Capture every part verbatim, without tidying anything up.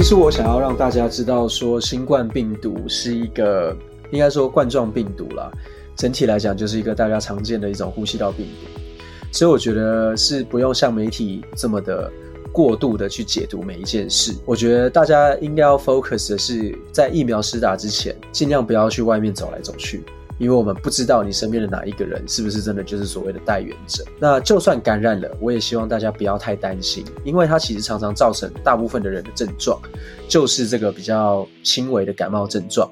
实我想要让大家知道说，新冠病毒是一个应该说冠状病毒啦，整体来讲就是一个大家常见的一种呼吸道病毒，所以我觉得是不用像媒体这么的过度的去解读每一件事。我觉得大家应该要 focus 的是在疫苗施打之前，尽量不要去外面走来走去，因为我们不知道你身边的哪一个人是不是真的就是所谓的带源者。那就算感染了，我也希望大家不要太担心，因为它其实常常造成大部分的人的症状就是这个比较轻微的感冒症状。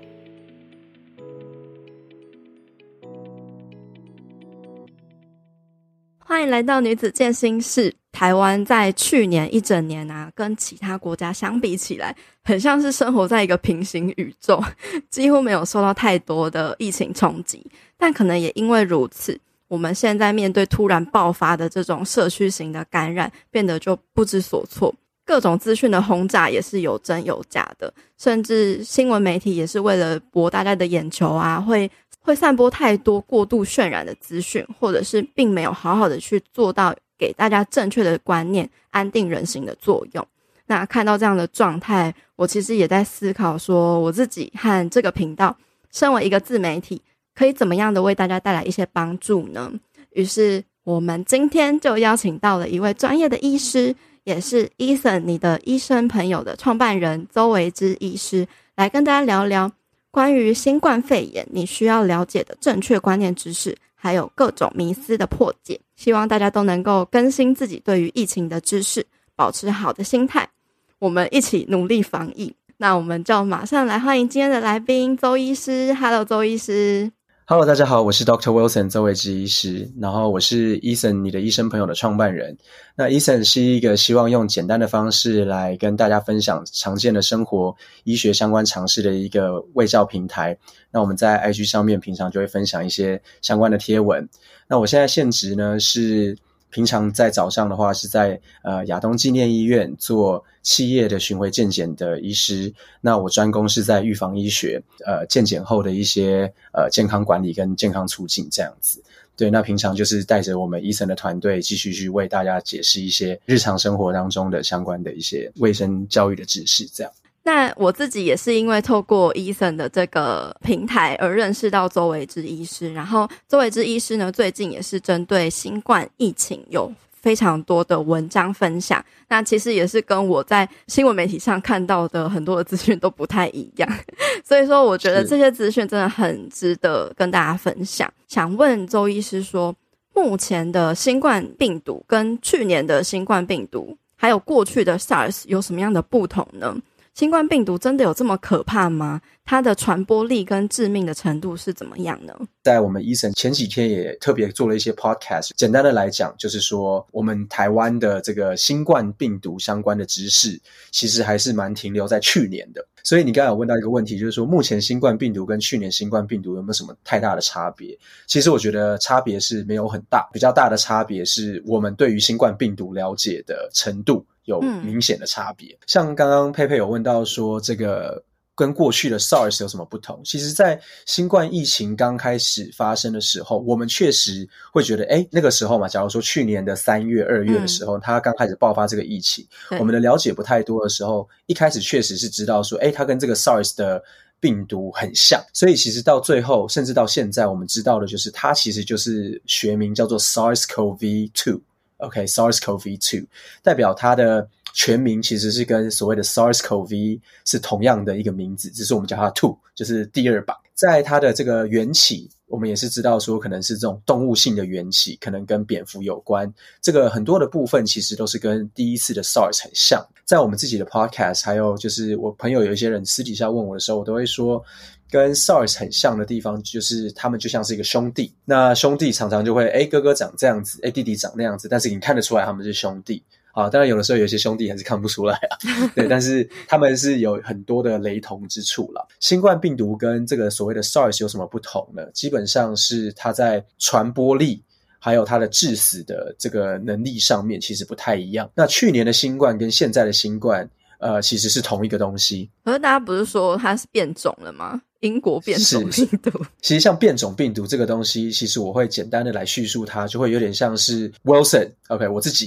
欢迎来到女子健心室。台湾在去年一整年啊，跟其他国家相比起来，很像是生活在一个平行宇宙，几乎没有受到太多的疫情冲击。但可能也因为如此，我们现在面对突然爆发的这种社区型的感染，变得就不知所措。各种资讯的轰炸也是有真有假的，甚至新闻媒体也是为了博大家的眼球啊，会会散播太多过度渲染的资讯，或者是并没有好好的去做到给大家正确的观念，安定人心的作用。那看到这样的状态，我其实也在思考说，我自己和这个频道身为一个自媒体，可以怎么样的为大家带来一些帮助呢？于是我们今天就邀请到了一位专业的医师，也是 Ethan 你的医生朋友的创办人邹维之医师，来跟大家聊聊关于新冠肺炎你需要了解的正确观念知识，还有各种迷思的破解。希望大家都能够更新自己对于疫情的知识，保持好的心态，我们一起努力防疫。那我们就马上来欢迎今天的来宾邹医师。 Hello 邹医师。 Hello 大家好，我是 doctor Wilson 邹维之医师，然后我是 Ethan 你的医生朋友的创办人。那 Ethan 是一个希望用简单的方式来跟大家分享常见的生活医学相关常识的一个卫教平台。那我们在 I G 上面平常就会分享一些相关的贴文。那我现在现职呢是平常在早上的话是在呃亚东纪念医院做企业的巡回健检的医师，那我专攻是在预防医学，呃健检后的一些呃健康管理跟健康促进这样子。对，那平常就是带着我们医生的团队继续去为大家解释一些日常生活当中的相关的一些卫生教育的知识这样。 那我自己也是因为透过 Ethan 的这个平台而认识到邹维之医师，然后邹维之医师呢最近也是针对新冠疫情有非常多的文章分享，那其实也是跟我在新闻媒体上看到的很多的资讯都不太一样，所以说我觉得这些资讯真的很值得跟大家分享。想问邹医师说，目前的新冠病毒跟去年的新冠病毒还有过去的 SARS 有什么样的不同呢？新冠病毒真的有这么可怕吗？它的传播力跟致命的程度是怎么样呢？ 在我们医生前几天也特别做了一些 podcast， 简单的来讲就是说我们台湾的这个新冠病毒相关的知识其实还是蛮停留在去年的。所以你刚才有问到一个问题，就是说目前新冠病毒跟去年新冠病毒有没有什么太大的差别？其实我觉得差别是没有很大，比较大的差别是我们对于新冠病毒了解的程度有明显的差别。嗯、像刚刚佩佩有问到说这个跟过去的 SARS 有什么不同？其实在新冠疫情刚开始发生的时候，我们确实会觉得诶那个时候嘛，假如说去年的三月二月的时候、嗯、它刚开始爆发这个疫情，我们的了解不太多的时候，一开始确实是知道说诶它跟这个 SARS 的病毒很像，所以其实到最后甚至到现在我们知道的就是它其实就是学名叫做 SARS-C o V 二OK SARS-C o V 二 代表它的全名其实是跟所谓的 SARS-C o V 是同样的一个名字，只是我们叫它二，就是第二版。在它的这个缘起，我们也是知道说可能是这种动物性的缘起，可能跟蝙蝠有关，这个很多的部分其实都是跟第一次的 SARS 很像。在我们自己的 podcast 还有就是我朋友有一些人私底下问我的时候，我都会说跟 SARS 很像的地方就是他们就像是一个兄弟，那兄弟常常就会诶哥哥长这样子，诶弟弟长那样子，但是你看得出来他们是兄弟啊，当然有的时候有些兄弟还是看不出来啊，对，但是他们是有很多的雷同之处啦。新冠病毒跟这个所谓的 SARS 有什么不同呢？基本上是它在传播力还有它的致死的这个能力上面其实不太一样。那去年的新冠跟现在的新冠呃，其实是同一个东西。 可是大家不是说它是变种了吗？英国变种病毒。 其实像变种病毒这个东西，其实我会简单的来叙述它，就会有点像是 Wilson OK 我自己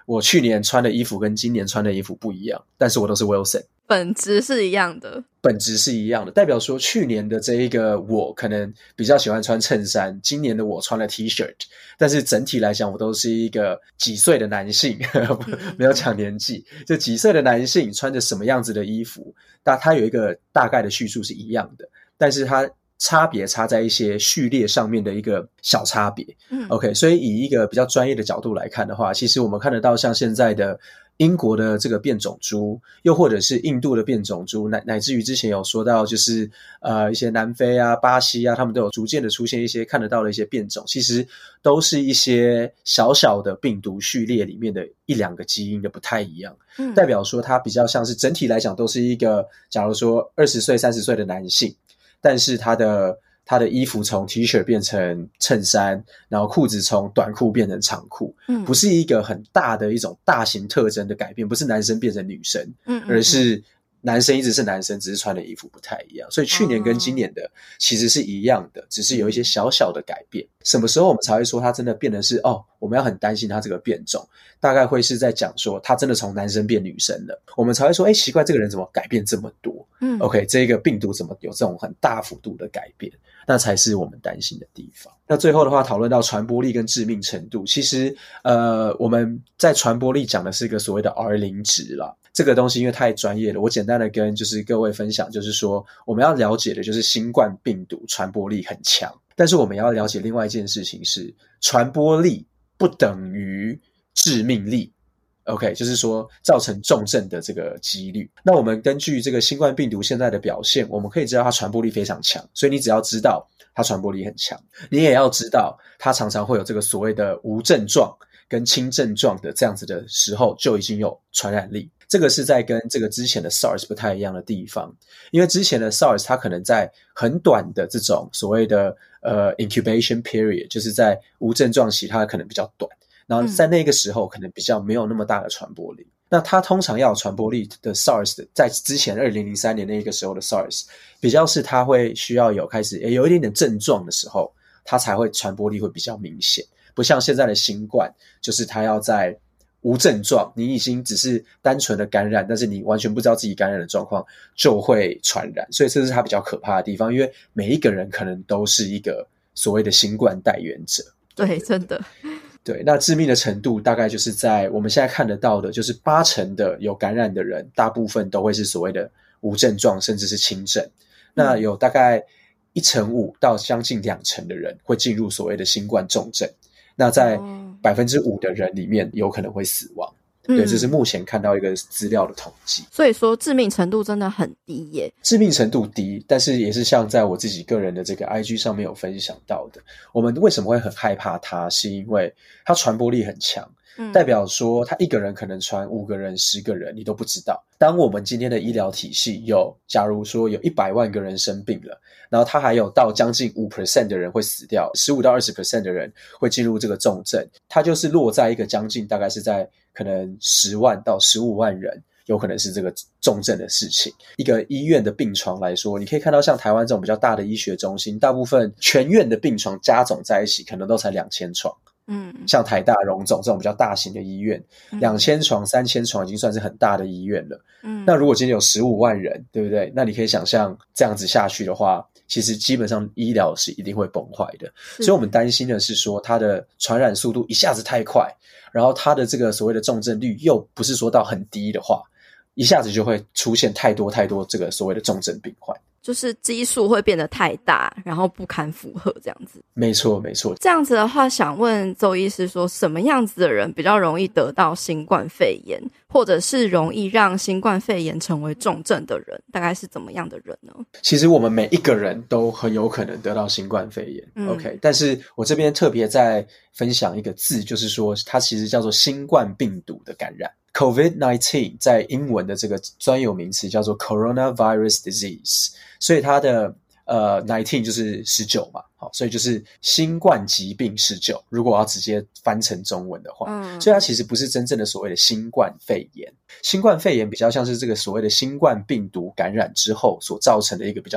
我去年穿的衣服跟今年穿的衣服不一样，但是我都是 Wilson， 本质是一样的， 本质是一样的，代表说去年的这一个我可能比较喜欢穿衬衫，今年的我穿了 T 恤，但是整体来讲我都是一个几岁的男性没有讲年纪，就几岁的男性穿着什么样子的衣服，但它有一个大概的叙述是一样的，但是它差别差在一些序列上面的一个小差别。嗯 OK， 所以以一个比较专业的角度来看的话，其实我们看得到像现在的英国的这个变种猪，又或者是印度的变种猪，乃乃至于之前有说到就是呃一些南非啊、巴西啊，他们都有逐渐的出现一些看得到的一些变种，其实都是一些小小的病毒序列里面的一两个基因的不太一样，嗯，代表说它比较像是整体来讲都是一个假如说二十岁、三十岁的男性，但是他的他的衣服从 T 恤变成衬衫，然后裤子从短裤变成长裤，嗯，不是一个很大的一种大型特征的改变，不是男生变成女生，嗯嗯嗯，而是男生一直是男生，只是穿的衣服不太一样，所以去年跟今年的其实是一样的，只是有一些小小的改变。什么时候我们才会说他真的变得是哦，我们要很担心他这个变种，大概会是在讲说他真的从男生变女生了，我们才会说诶奇怪，这个人怎么改变这么多，嗯 OK， 这个病毒怎么有这种很大幅度的改变，那才是我们担心的地方。那最后的话讨论到传播力跟致命程度，其实呃我们在传播力讲的是一个所谓的 R 零 值啦，这个东西因为太专业了，我简单的跟就是各位分享，就是说我们要了解的就是新冠病毒传播力很强，但是我们要了解另外一件事情是传播力不等于致命力， OK， 就是说造成重症的这个几率。那我们根据这个新冠病毒现在的表现，我们可以知道它传播力非常强，所以你只要知道它传播力很强，你也要知道它常常会有这个所谓的无症状跟轻症状的这样子的时候就已经有传染力，这个是在跟这个之前的 SARS 不太一样的地方，因为之前的 SARS 它可能在很短的这种所谓的呃 incubation period， 就是在无症状期它可能比较短，然后在那个时候可能比较没有那么大的传播力，嗯，那它通常要有传播力的 SARS 在之前二零零三年那个时候的 SARS 比较是它会需要有开始诶有一点点症状的时候，它才会传播力会比较明显，不像现在的新冠，就是它要在无症状，你已经只是单纯的感染，但是你完全不知道自己感染的状况就会传染，所以这是它比较可怕的地方，因为每一个人可能都是一个所谓的新冠带源者。 对，真的。 对，那致命的程度大概就是在我们现在看得到的，就是八成的有感染的人，大部分都会是所谓的无症状，甚至是轻症。那有大概一成五到将近两成的人会进入所谓的新冠重症。那在百分之五的人里面有可能会死亡。对，这是目前看到一个资料的统计。 所以说致命程度真的很低耶。 致命程度低，但是也是像在我自己个人的这个 I G 上面有分享到的，我们为什么会很害怕它，是因为它传播力很强，嗯，代表说他一个人可能传五个人十个人你都不知道。当我们今天的医疗体系有假如说有一百万个人生病了，然后他还有到将近 百分之五 的人会死掉， 百分之十五到二十 的人会进入这个重症，它就是落在一个将近大概是在可能十万到十五万人有可能是这个重症的事情。一个医院的病床来说，你可以看到像台湾这种比较大的医学中心，大部分全院的病床加总在一起可能都才两千床。嗯，像台大荣总这种比较大型的医院，两千床三千床已经算是很大的医院了。嗯，那如果今天有十五万人，对不对？那你可以想象这样子下去的话，其实基本上医疗是一定会崩坏的。所以我们担心的是说它的传染速度一下子太快，然后它的这个所谓的重症率又不是说到很低的话，一下子就会出现太多太多这个所谓的重症病患， 就是基数会变得太大，然后不堪负荷这样子。 没错没错。 这样子的话，想问邹医师说，什么样子的人比较容易得到新冠肺炎，或者是容易让新冠肺炎成为重症的人，大概是怎么样的人呢？ 其实我们每一个人都很有可能得到新冠肺炎、嗯、OK， 但是我这边特别再分享一个字，就是说它其实叫做新冠病毒的感染。COVID 十九 在英文的这个专有名词叫做 Coronavirus Disease， 所以它的呃十九就是十九嘛，好，所以就是新冠疾病十九，如果我要直接翻成中文的话、嗯、所以它其实不是真正的所谓的新冠肺炎。新冠肺炎比较像是这个所谓的新冠病毒感染之后所造成的一个比较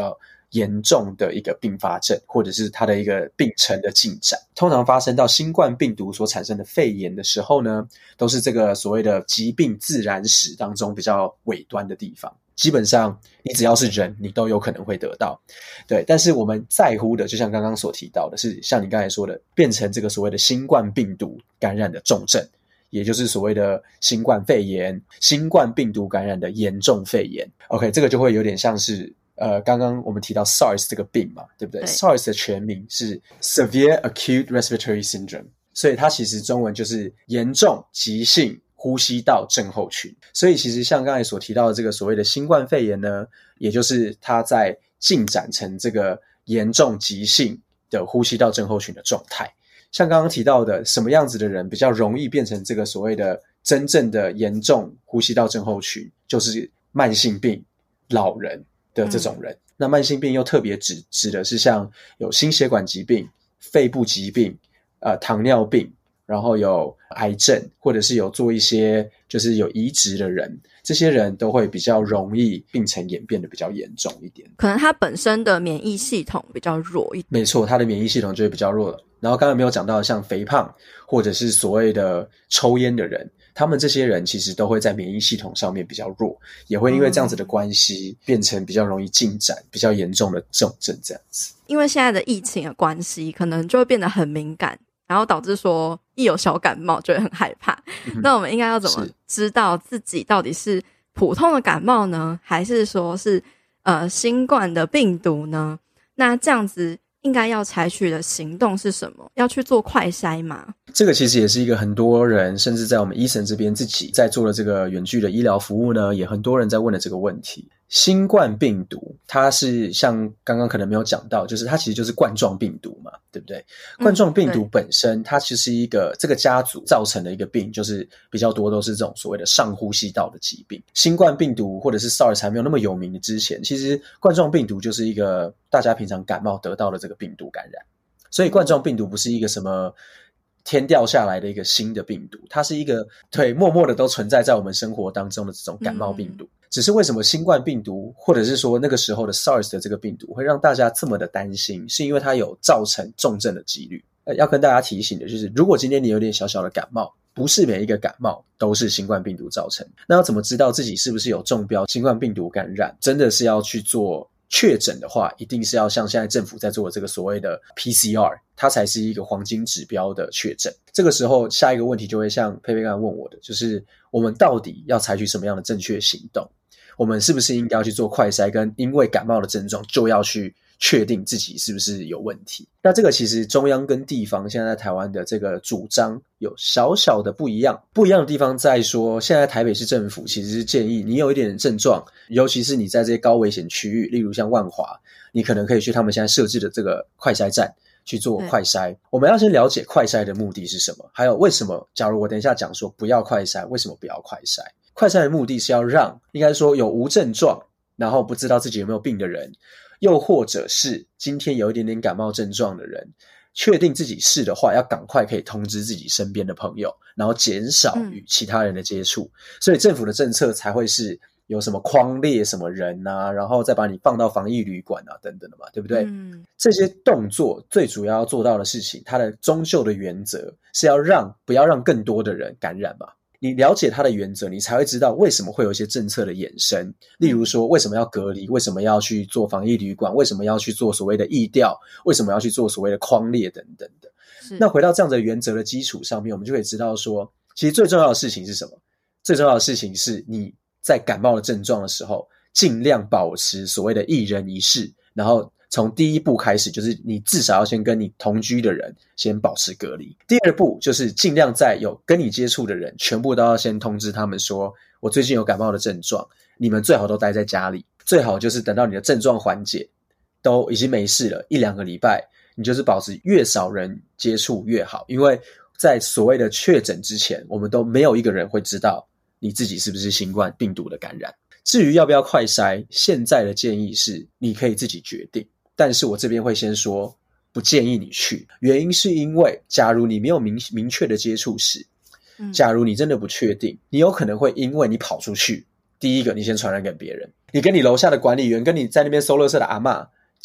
严重的一个并发症，或者是它的一个病程的进展。通常发生到新冠病毒所产生的肺炎的时候呢，都是这个所谓的疾病自然史当中比较尾端的地方。基本上你只要是人，你都有可能会得到。对，但是我们在乎的就像刚刚所提到的，是像你刚才说的，变成这个所谓的新冠病毒感染的重症，也就是所谓的新冠肺炎，新冠病毒感染的严重肺炎。 OK， 这个就会有点像是呃，刚刚我们提到 SARS 这个病嘛，对不对？ SARS 的全名是 Severe Acute Respiratory Syndrome， 所以它其实中文就是严重急性呼吸道症候群。所以其实像刚才所提到的这个所谓的新冠肺炎呢，也就是它在进展成这个严重急性的呼吸道症候群的状态。像刚刚提到的，什么样子的人比较容易变成这个所谓的真正的严重呼吸道症候群，就是慢性病老人的这种人。嗯、那慢性病又特别指指的是像有心血管疾病、肺部疾病、呃糖尿病，然后有癌症，或者是有做一些就是有移植的人，这些人都会比较容易病程演变得比较严重一点。 可能他本身的免疫系统比较弱一点。 没错，他的免疫系统就会比较弱了。然后刚才没有讲到像肥胖或者是所谓的抽烟的人，他们这些人其实都会在免疫系统上面比较弱，也会因为这样子的关系变成比较容易进展比较严重的重症这样子。 因为现在的疫情的关系，可能就会变得很敏感，然后导致说一有小感冒就会很害怕、嗯、那我们应该要怎么知道自己到底是普通的感冒呢，还是说是呃新冠的病毒呢？那这样子应该要采取的行动是什么？要去做快筛吗？ 这个其实也是一个很多人甚至在我们医生这边自己在做的这个远距的医疗服务呢，也很多人在问的这个问题。新冠病毒它是像刚刚可能没有讲到，就是它其实就是冠状病毒嘛，对不对？冠状病毒本身、嗯、它其实是一个这个家族造成的一个病，就是比较多都是这种所谓的上呼吸道的疾病。新冠病毒或者是 SARS 还没有那么有名的之前，其实冠状病毒就是一个大家平常感冒得到的这个病毒感染。所以冠状病毒不是一个什么天掉下来的一个新的病毒，它是一个对默默的都存在在我们生活当中的这种感冒病毒、嗯、只是为什么新冠病毒或者是说那个时候的 SARS 的这个病毒会让大家这么的担心，是因为它有造成重症的几率。要跟大家提醒的就是如果今天你有点小小的感冒，不是每一个感冒都是新冠病毒造成。那要怎么知道自己是不是有中标新冠病毒感染？真的是要去做确诊的话，一定是要像现在政府在做的这个所谓的 P C R， 它才是一个黄金指标的确诊。这个时候下一个问题就会像佩佩刚才问我的，就是我们到底要采取什么样的正确行动？我们是不是应该要去做快筛，跟因为感冒的症状就要去确定自己是不是有问题？那这个其实中央跟地方现在在台湾的这个主张有小小的不一样。不一样的地方在说，现在台北市政府其实是建议你有一点症状，尤其是你在这些高危险区域，例如像万华，你可能可以去他们现在设置的这个快筛站去做快筛。我们要先了解快筛的目的是什么，还有为什么假如我等一下讲说不要快筛，为什么不要快筛？快筛的目的是要让应该说有无症状然后不知道自己有没有病的人，又或者是今天有一点点感冒症状的人，确定自己是的话，要赶快可以通知自己身边的朋友，然后减少与其他人的接触、嗯、所以政府的政策才会是有什么匡列什么人啊，然后再把你放到防疫旅馆啊等等的嘛，对不对、嗯、这些动作最主要要做到的事情，它的终究的原则是要让不要让更多的人感染嘛。你了解它的原则，你才会知道为什么会有一些政策的衍生，例如说为什么要隔离，为什么要去做防疫旅馆，为什么要去做所谓的疫调，为什么要去做所谓的匡列等等的。那回到这样的原则的基础上面，我们就可以知道说，其实最重要的事情是什么？最重要的事情是你在感冒的症状的时候，尽量保持所谓的一人一室，然后从第一步开始，就是你至少要先跟你同居的人先保持隔离。第二步就是尽量在有跟你接触的人全部都要先通知他们说，我最近有感冒的症状，你们最好都待在家里，最好就是等到你的症状缓解都已经没事了一两个礼拜，你就是保持越少人接触越好。因为在所谓的确诊之前，我们都没有一个人会知道你自己是不是新冠病毒的感染。至于要不要快筛，现在的建议是你可以自己决定，但是我这边会先说不建议你去，原因是因为假如你没有 明, 明确的接触史，假如你真的不确定，你有可能会因为你跑出去，第一个你先传染给别人，你跟你楼下的管理员跟你在那边收垃圾的阿嬷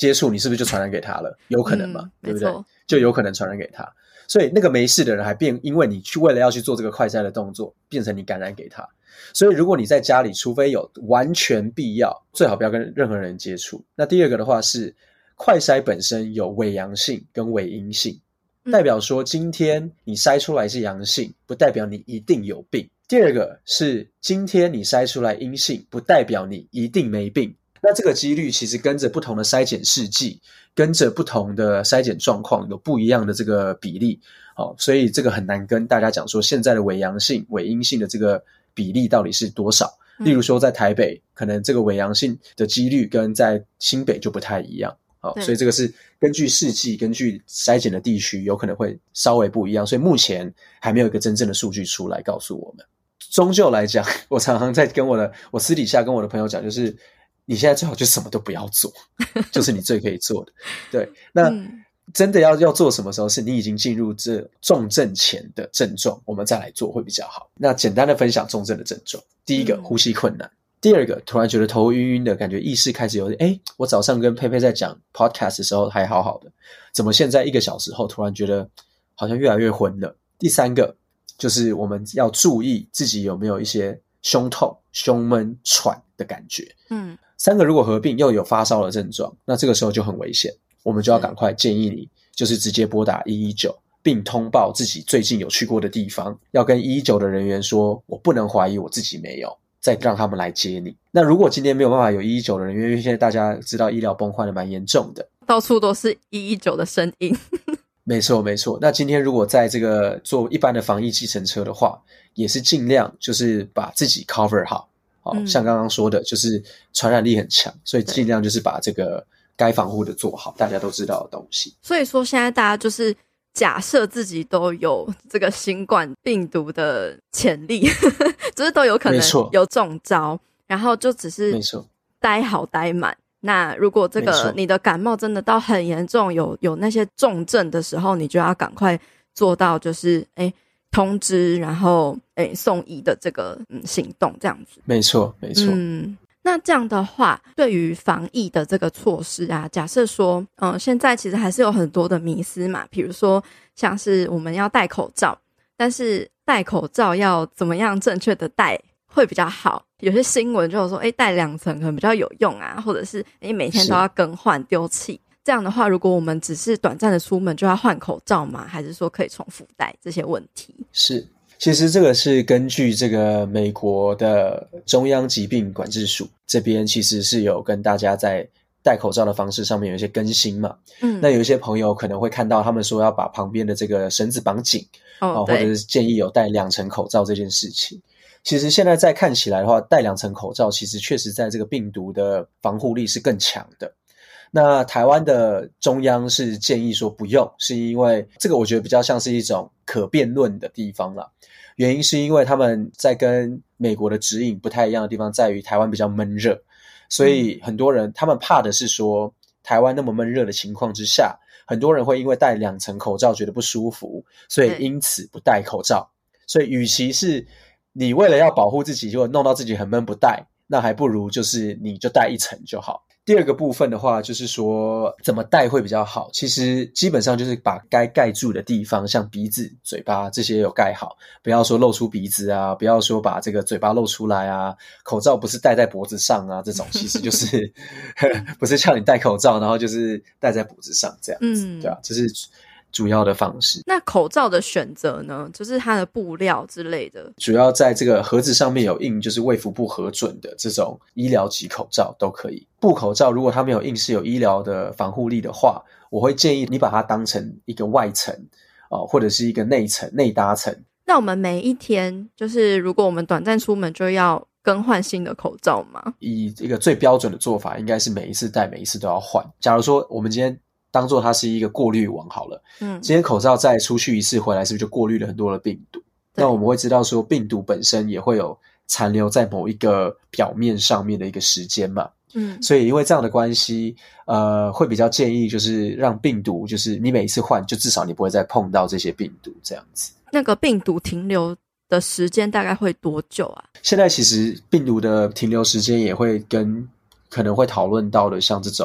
接触，你是不是就传染给他了？有可能嘛， 嗯、 对不对？ 没错， 就有可能传染给他。所以那个没事的人还变，因为你去为了要去做这个快筛的动作，变成你感染给他。所以如果你在家里，除非有完全必要，最好不要跟任何人接触。那第二个的话是，快筛本身有伪阳性跟伪阴性，代表说今天你筛出来是阳性，不代表你一定有病。第二个是今天你筛出来阴性，不代表你一定没病。那这个几率其实跟着不同的筛检试剂，跟着不同的筛检状况有不一样的这个比例。好，所以这个很难跟大家讲说现在的伪阳性、伪阴性的这个比例到底是多少。例如说在台北，可能这个伪阳性的几率跟在新北就不太一样。好，所以这个是根据试剂、根据筛检的地区有可能会稍微不一样，所以目前还没有一个真正的数据出来告诉我们。终究来讲，我常常在跟我的我私底下跟我的朋友讲，就是你现在最好就什么都不要做，就是你最可以做的。对，那真的要要做什么时候是你已经进入这重症前的症状，我们再来做会比较好。那简单的分享重症的症状，第一个呼吸困难，第二个突然觉得头晕晕的感觉，意识开始有点，诶我早上跟佩佩在讲 podcast 的时候还好好的，怎么现在一个小时后突然觉得好像越来越昏了。第三个就是我们要注意自己有没有一些胸痛、胸闷、喘的感觉。嗯，三个如果合并又有发烧的症状，那这个时候就很危险，我们就要赶快建议你就是直接拨打一一九，并通报自己最近有去过的地方，要跟一一九的人员说我不能怀疑我自己没有，再让他们来接你。那如果今天没有办法有一一九的人员，因为现在大家知道医疗崩坏的蛮严重的， 到处都是一一九的声音。 没错没错，那今天如果在这个做一般的防疫计程车的话，也是尽量就是把自己 cover 好。好，嗯，像刚刚说的就是传染力很强，所以尽量就是把这个该防护的做好，大家都知道的东西。 所以说现在大家就是假设自己都有这个新冠病毒的潜力，就是都有可能有中招，然后就只是待好待满。那如果这个你的感冒真的到很严重，有有那些重症的时候，你就要赶快做到就是诶通知，然后诶送医的这个嗯行动，这样子。 没错没错。 嗯，那这样的话，对于防疫的这个措施啊，假设说嗯、呃、现在其实还是有很多的迷思嘛，比如说像是我们要戴口罩，但是戴口罩要怎么样正确的戴会比较好。有些新闻就有说诶戴两层可能比较有用啊，或者是诶每天都要更换丢弃。这样的话，如果我们只是短暂的出门就要换口罩吗？还是说可以重复戴？这些问题是，其实这个是根据这个美国的中央疾病管制署这边其实是有跟大家在戴口罩的方式上面有一些更新嘛。嗯，那有一些朋友可能会看到他们说要把旁边的这个绳子绑紧，哦，或者是建议有戴两层口罩这件事情。其实现在再看起来的话，戴两层口罩其实确实在这个病毒的防护力是更强的。那台湾的中央是建议说不用，是因为这个我觉得比较像是一种可辩论的地方啦。原因是因为他们在跟美国的指引不太一样的地方在于台湾比较闷热，所以很多人他们怕的是说台湾那么闷热的情况之下，很多人会因为戴两层口罩觉得不舒服，所以因此不戴口罩。所以与其是你为了要保护自己，结果弄到自己很闷不戴，那还不如就是你就戴一层就好。第二个部分的话，就是说怎么戴会比较好。其实基本上就是把该盖住的地方，像鼻子、嘴巴这些有盖好，不要说露出鼻子啊，不要说把这个嘴巴露出来啊。口罩不是戴在脖子上啊，这种其实就是不是叫你戴口罩，然后就是戴在脖子上这样子，嗯，对啊，这是主要的方式。 那口罩的选择呢，就是它的布料之类的， 主要在这个盒子上面有印就是卫福部核准的这种医疗级口罩都可以。布口罩如果它没有印是有医疗的防护力的话，我会建议你把它当成一个外层，哦，或者是一个内层内搭层。 那我们每一天就是如果我们短暂出门就要更换新的口罩吗？ 以一个最标准的做法应该是每一次戴每一次都要换。假如说我们今天当做它是一个过滤网好了，嗯，今天口罩再出去一次回来是不是就过滤了很多的病毒？那我们会知道说病毒本身也会有残留在某一个表面上面的一个时间嘛，嗯，所以因为这样的关系，呃，会比较建议就是让病毒就是你每一次换就至少你不会再碰到这些病毒这样子。 那个病毒停留的时间大概会多久啊？ 现在其实病毒的停留时间也会跟可能会讨论到的像这种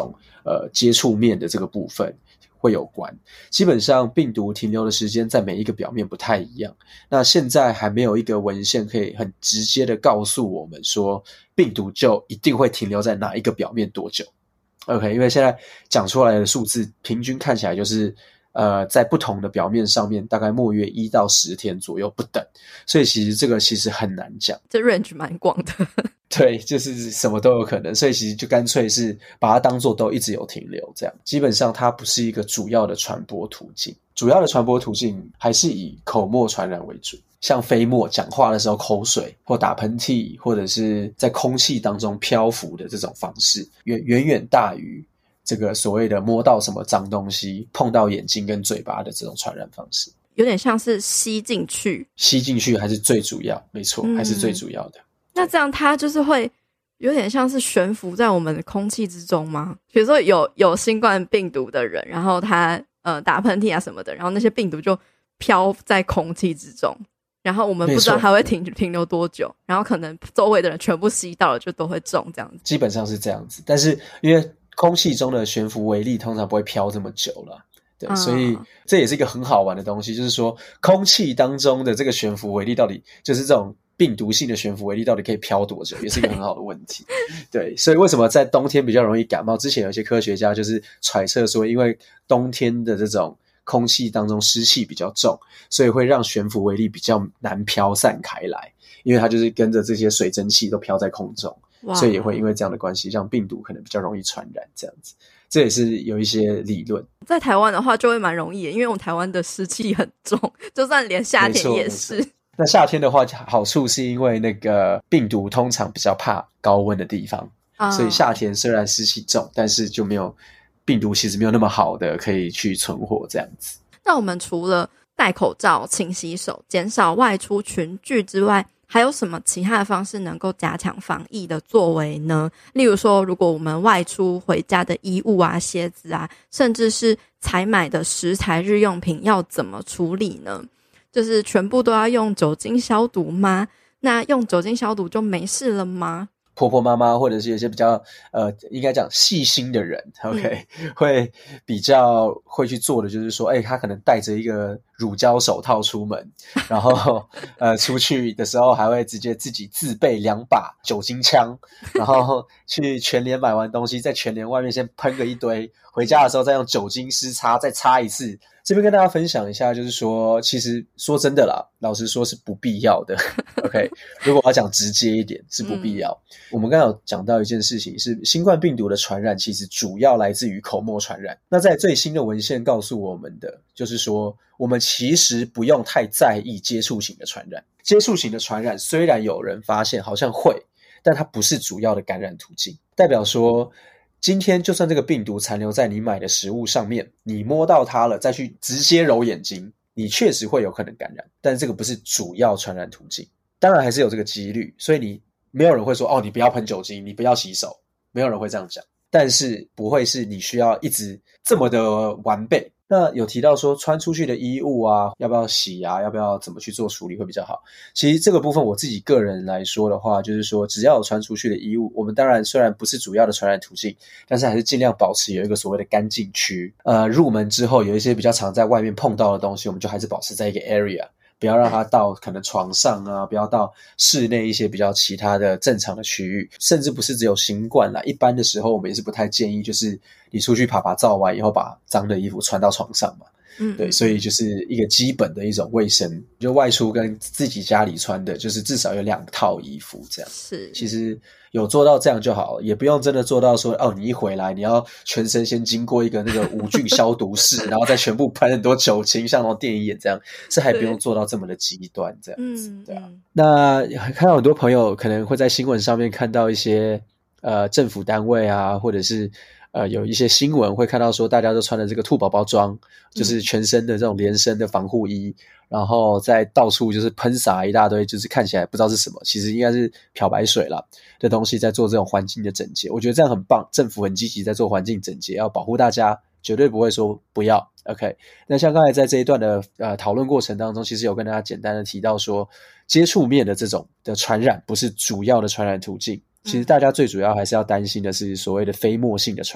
呃接触面的这个部分会有关。基本上病毒停留的时间在每一个表面不太一样，那现在还没有一个文献可以很直接的告诉我们说病毒就一定会停留在哪一个表面多久。 OK， 因为现在讲出来的数字平均看起来就是呃，在不同的表面上面大概莫约一到十天左右不等，所以其实这个其实很难讲， 这 range 蛮广的。 对，就是什么都有可能，所以其实就干脆是把它当作都一直有停留这样。基本上它不是一个主要的传播途径，主要的传播途径还是以口沫传染为主，像飞沫讲话的时候口水或打喷嚏或者是在空气当中漂浮的这种方式，远远远大于这个所谓的摸到什么脏东西碰到眼睛跟嘴巴的这种传染方式， 有点像是吸进去吸进去还是最主要，没错、嗯、还是最主要的。 那这样它就是会有点像是悬浮在我们的空气之中吗？比如说有有新冠病毒的人，然后他呃打喷嚏啊什么的，然后那些病毒就飘在空气之中，然后我们不知道它会停停留多久，然后可能周围的人全部吸到了就都会中这样子。 基本上是这样子，但是因为空气中的悬浮微粒通常不会飘这么久了，对、嗯，所以这也是一个很好玩的东西，就是说空气当中的这个悬浮微粒到底就是这种病毒性的悬浮微粒到底可以飘多久，也是一个很好的问题。对，所以为什么在冬天比较容易感冒？之前有一些科学家就是揣测说，因为冬天的这种空气当中湿气比较重，所以会让悬浮微粒比较难飘散开来，因为它就是跟着这些水蒸气都飘在空中，所以也会因为这样的关系，让病毒可能比较容易传染这样子。这也是有一些理论。在台湾的话就会蛮容易的，因为我们台湾的湿气很重，就算连夏天也是。 那夏天的话好处是因为那个病毒通常比较怕高温的地方、嗯、所以夏天虽然湿气重，但是就没有病毒其实没有那么好的可以去存活这样子。 那我们除了戴口罩、勤洗手、减少外出群聚之外，还有什么其他的方式能够加强防疫的作为呢？例如说，如果我们外出回家的衣物啊、鞋子啊，甚至是采买的食材、日用品，要怎么处理呢？就是全部都要用酒精消毒吗？那用酒精消毒就没事了吗？ 婆婆妈妈或者是有些比较呃，应该讲细心的人 ，OK，、嗯、会比较会去做的就是说，哎，他可能戴着一个乳胶手套出门，然后呃出去的时候还会直接自己自备两把酒精枪，然后去全联买完东西，在全联外面先喷个一堆，回家的时候再用酒精湿擦，再擦一次。这边跟大家分享一下，就是说，其实说真的啦，老实说是不必要的。OK， 如果我要讲直接一点，是不必要。嗯、我们刚刚有讲到一件事情，是新冠病毒的传染其实主要来自于口沫传染。那在最新的文献告诉我们的，就是说，我们其实不用太在意接触型的传染。接触型的传染虽然有人发现好像会，但它不是主要的感染途径，代表说。今天就算这个病毒残留在你买的食物上面，你摸到它了再去直接揉眼睛，你确实会有可能感染，但是这个不是主要传染途径，当然还是有这个几率，所以你没有人会说哦，你不要喷酒精，你不要洗手，没有人会这样讲，但是不会是你需要一直这么的完备。那有提到说穿出去的衣物啊，要不要洗啊，要不要怎么去做处理会比较好。其实这个部分我自己个人来说的话，就是说只要有穿出去的衣物，我们当然虽然不是主要的传染途径，但是还是尽量保持有一个所谓的干净区。呃，入门之后有一些比较常在外面碰到的东西，我们就还是保持在一个 area， 不要让它到可能床上啊，不要到室内一些比较其他的正常的区域，甚至不是只有新冠啦，一般的时候我们也是不太建议就是你出去爬爬照完以后把脏的衣服穿到床上嘛。嗯，对，所以就是一个基本的一种卫生，就外出跟自己家里穿的就是至少有两套衣服这样。 是， 其实有做到这样就好了，也不用真的做到说哦，你一回来你要全身先经过一个那个无菌消毒室，然后再全部喷很多酒精，像那种电影演这样，是还不用做到这么的极端这样子。对啊，那看到很多朋友可能会在新闻上面看到一些呃政府单位啊，或者是呃，有一些新闻会看到说大家都穿的这个兔宝宝装，就是全身的这种连身的防护衣，嗯、然后在到处就是喷洒一大堆，就是看起来不知道是什么，其实应该是漂白水啦的东西，在做这种环境的整洁。我觉得这样很棒，政府很积极在做环境整洁，要保护大家，绝对不会说不要。OK， 那像刚才在这一段的呃讨论过程当中，其实有跟大家简单的提到说，接触面的这种的传染不是主要的传染途径。其实大家最主要还是要担心的是所谓的飞沫性的传染，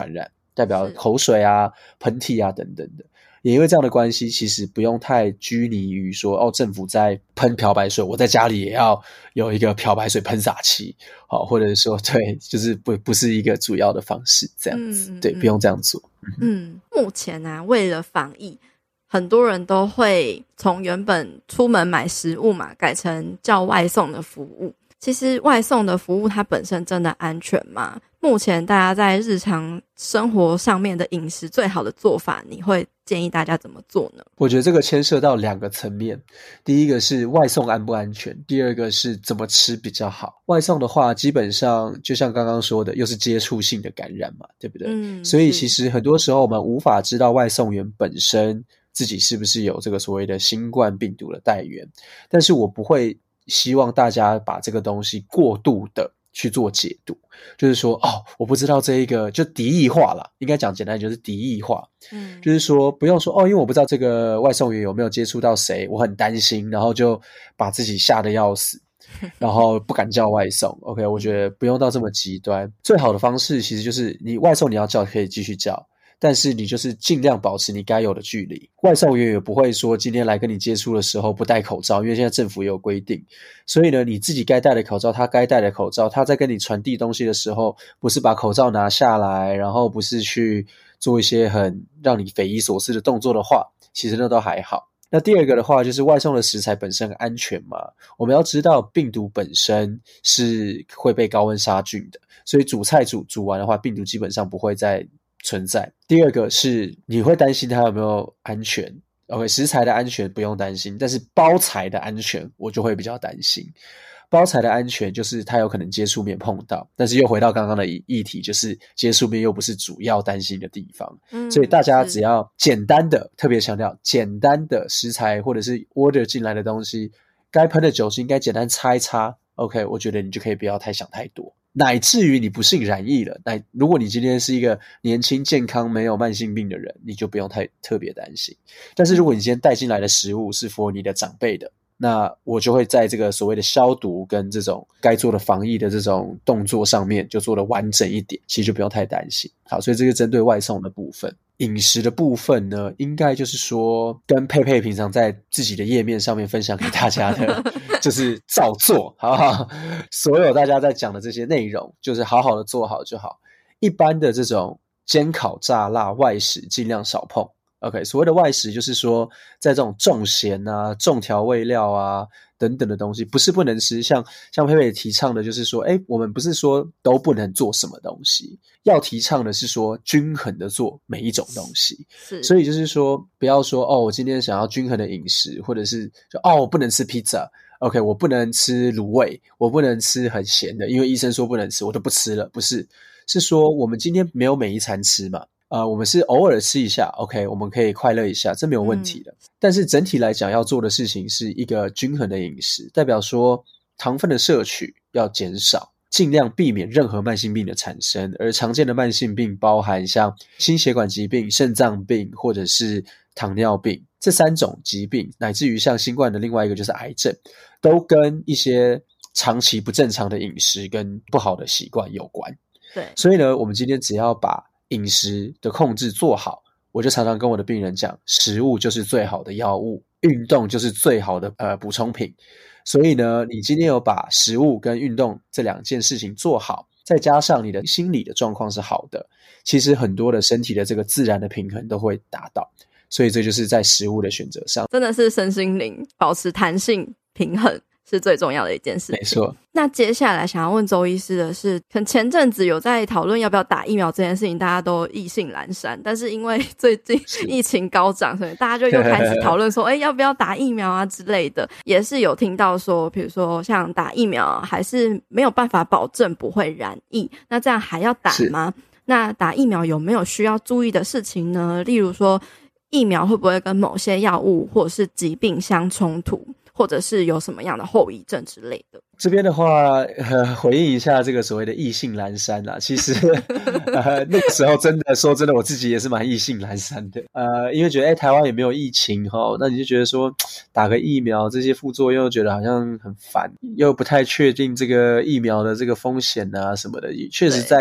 代表口水啊、喷嚏啊等等的。也因为这样的关系，其实不用太拘泥于说哦，政府在喷漂白水，我在家里也要有一个漂白水喷洒器，好、哦，或者说对，就是不不是一个主要的方式，这样子，嗯、对，不用这样做。 嗯，目前啊，为了防疫，很多人都会从原本出门买食物嘛，改成叫外送的服务。其实外送的服务它本身真的安全吗？目前大家在日常生活上面的饮食最好的做法，你会建议大家怎么做呢？ 我觉得这个牵涉到两个层面，第一个是外送安不安全，第二个是怎么吃比较好。外送的话基本上就像刚刚说的，又是接触性的感染嘛，对不对？嗯，所以其实很多时候我们无法知道外送员本身自己是不是有这个所谓的新冠病毒的带源，但是我不会希望大家把这个东西过度的去做解读，就是说哦，我不知道这一个就敌意化啦，应该讲简单就是敌意化，嗯，就是说不用说哦，因为我不知道这个外送员有没有接触到谁，我很担心，然后就把自己吓得要死，然后不敢叫外送。OK， 我觉得不用到这么极端，最好的方式其实就是你外送你要叫可以继续叫。但是你就是尽量保持你该有的距离，外送员也不会说今天来跟你接触的时候不戴口罩，因为现在政府也有规定，所以呢你自己该戴的口罩他该戴的口罩，他在跟你传递东西的时候不是把口罩拿下来，然后不是去做一些很让你匪夷所思的动作的话，其实那都还好。那第二个的话就是外送的食材本身安全嘛，我们要知道病毒本身是会被高温杀菌的，所以煮菜煮煮完的话病毒基本上不会再存在。第二个是你会担心它有没有安全 OK， 食材的安全不用担心，但是包材的安全我就会比较担心。包材的安全就是它有可能接触面碰到，但是又回到刚刚的议题，就是接触面又不是主要担心的地方、嗯、所以大家只要简单的，特别强调简单的食材或者是 order 进来的东西，该喷的酒精该简单擦一擦 OK， 我觉得你就可以不要太想太多，乃至于你不幸染疫了，那如果你今天是一个年轻健康没有慢性病的人，你就不用太特别担心。但是如果你今天带进来的食物是 for 你的长辈的，那我就会在这个所谓的消毒跟这种该做的防疫的这种动作上面就做得完整一点，其实就不用太担心。好，所以这个针对外送的部分。饮食的部分呢，应该就是说跟佩佩平常在自己的页面上面分享给大家的就是照做，好不好？所有大家在讲的这些内容就是好好的做好就好。一般的这种煎烤炸辣外食尽量少碰。OK， 所谓的外食就是说在这种重咸啊、重调味料啊等等的东西不是不能吃，像像佩佩提倡的就是说诶我们不是说都不能做什么东西，要提倡的是说均衡的做每一种东西。是，所以就是说不要说哦我今天想要均衡的饮食，或者是就哦我不能吃披萨OK， 我不能吃卤味，我不能吃很咸的，因为医生说不能吃，我就不吃了。不是，是说我们今天没有每一餐吃嘛，呃，我们是偶尔吃一下 OK， 我们可以快乐一下，这没有问题的、嗯、但是整体来讲要做的事情是一个均衡的饮食，代表说糖分的摄取要减少，尽量避免任何慢性病的产生，而常见的慢性病包含像心血管疾病、肾脏病或者是糖尿病，这三种疾病乃至于像新冠的另外一个就是癌症，都跟一些长期不正常的饮食跟不好的习惯有关。对，所以呢我们今天只要把饮食的控制做好，我就常常跟我的病人讲，食物就是最好的药物，运动就是最好的呃补充品。所以呢你今天有把食物跟运动这两件事情做好，再加上你的心理的状况是好的，其实很多的身体的这个自然的平衡都会达到。所以这就是在食物的选择上真的是身心灵保持弹性平衡是最重要的一件事情。没错。那接下来想要问周医师的是，可能前阵子有在讨论要不要打疫苗这件事情，大家都意兴阑珊，但是因为最近疫情高涨，所以大家就又开始讨论说诶要不要打疫苗啊之类的。也是有听到说比如说像打疫苗还是没有办法保证不会染疫，那这样还要打吗？那打疫苗有没有需要注意的事情呢？例如说疫苗会不会跟某些药物或者是疾病相冲突，或者是有什么样的后遗症之类的。 这边的话、呃、回应一下这个所谓的意兴阑珊啦，其实呃那个时候真的说真的我自己也是蛮意兴阑珊的，呃因为觉得诶台湾也没有疫情齁，那你就觉得说打个疫苗这些副作用又觉得好像很烦，又不太确定这个疫苗的这个风险啊什么的，确实在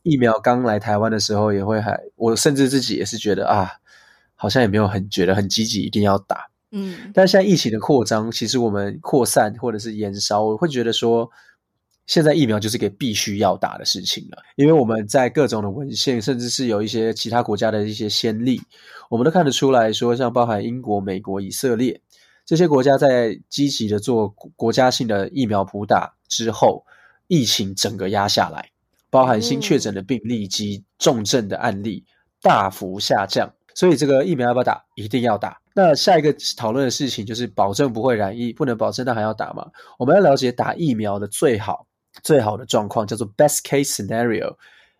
疫苗刚来台湾的时候也会还，我甚至自己也是觉得啊，好像也没有很觉得很积极一定要打。 嗯， 但现在疫情的扩张，其实我们扩散或者是延烧，我会觉得说现在疫苗就是个必须要打的事情了，因为我们在各种的文献，甚至是有一些其他国家的一些先例，我们都看得出来说，像包含英国、美国、以色列这些国家在积极的做国家性的疫苗普打之后，疫情整个压下来，包含新确诊的病例及重症的案例大幅下降，所以这个疫苗要不要打？一定要打。那下一个讨论的事情就是保证不会染疫，不能保证但还要打嘛？我们要了解打疫苗的最好最好的状况叫做 best case scenario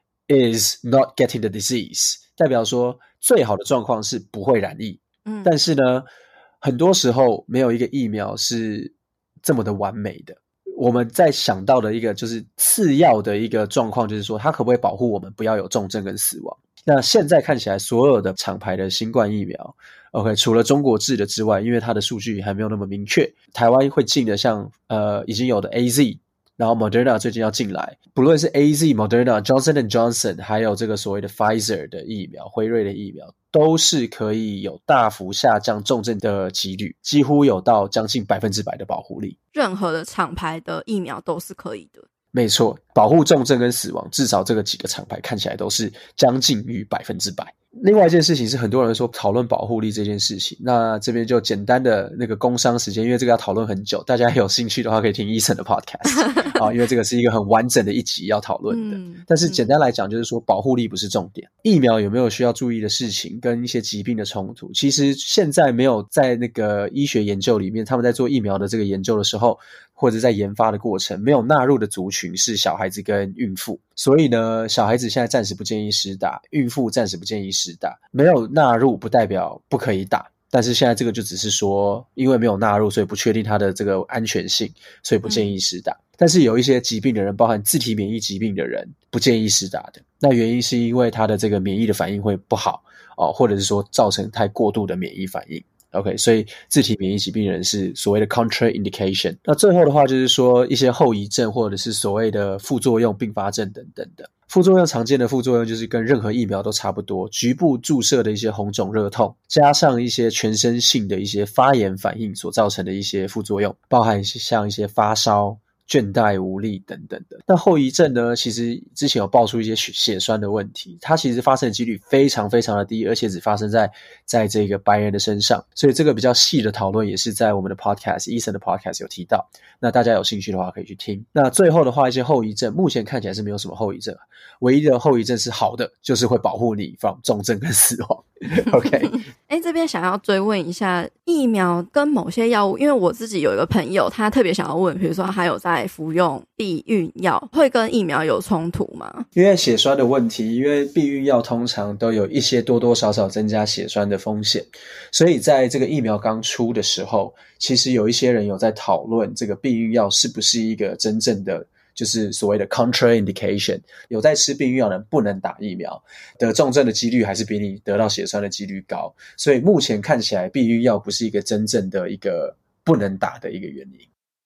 is not getting the disease， 代表说最好的状况是不会染疫。嗯，但是呢，很多时候没有一个疫苗是这么的完美的。我们在想到的一个就是次要的一个状况，就是说它可不可以保护我们不要有重症跟死亡。那现在看起来所有的厂牌的新冠疫苗 OK， 除了中国制的之外，因为它的数据还没有那么明确，台湾会进的像呃已经有的 A Z， 然后 Moderna 最近要进来，不论是 A Z、Moderna、Johnson and Johnson 还有这个所谓的 Pfizer 的疫苗，辉瑞的疫苗都是可以有大幅下降重症的几率，几乎有到将近百分之百的保护力。 任何的厂牌的疫苗都是可以的。 没错，保护重症跟死亡，至少这个几个厂牌看起来都是将近于百分之百。另外一件事情是，很多人说讨论保护力这件事情，那这边就简单的那个工商时间，因为这个要讨论很久，大家有兴趣的话可以听医生的 podcast 啊，因为这个是一个很完整的一集要讨论的。嗯、但是简单来讲，就是说保护力不是重点，疫苗有没有需要注意的事情，跟一些疾病的冲突，其实现在没有在那个医学研究里面，他们在做疫苗的这个研究的时候，或者在研发的过程，没有纳入的族群是小孩子跟孕妇，所以呢，小孩子现在暂时不建议施打，孕妇暂时不建议施打，没有纳入不代表不可以打，但是现在这个就只是说，因为没有纳入，所以不确定它的这个安全性，所以不建议施打。嗯、但是有一些疾病的人，包含自体免疫疾病的人，不建议施打的。那原因是因为他的这个免疫的反应会不好哦，或者是说造成太过度的免疫反应。OK， 所以自体免疫疾病人是所谓的 contraindication。那最后的话就是说一些后遗症或者是所谓的副作用、并发症等等的。副作用常见的副作用就是跟任何疫苗都差不多，局部注射的一些红肿热痛，加上一些全身性的一些发炎反应所造成的一些副作用，包含像一些发烧、倦怠无力等等的。那后遗症呢，其实之前有爆出一些血栓的问题，它其实发生的几率非常非常的低，而且只发生在在这个白人的身上，所以这个比较细的讨论也是在我们的 podcast 医生的 podcast 有提到，那大家有兴趣的话可以去听。那最后的话，一些后遗症目前看起来是没有什么后遗症，唯一的后遗症是好的，就是会保护你 from 重症跟死亡。OK， 哎，这边想要追问一下，疫苗跟某些药物，因为我自己有一个朋友，他特别想要问，比如说他有在服用避孕药，会跟疫苗有冲突吗？ 因为血栓的问题，因为避孕药通常都有一些多多少少增加血栓的风险，所以在这个疫苗刚出的时候，其实有一些人有在讨论这个避孕药是不是一个真正的就是所谓的 contraindication， 有在吃避孕药的人不能打疫苗，得重症的几率还是比你得到血栓的几率高，所以目前看起来避孕药不是一个真正的一个不能打的一个原因。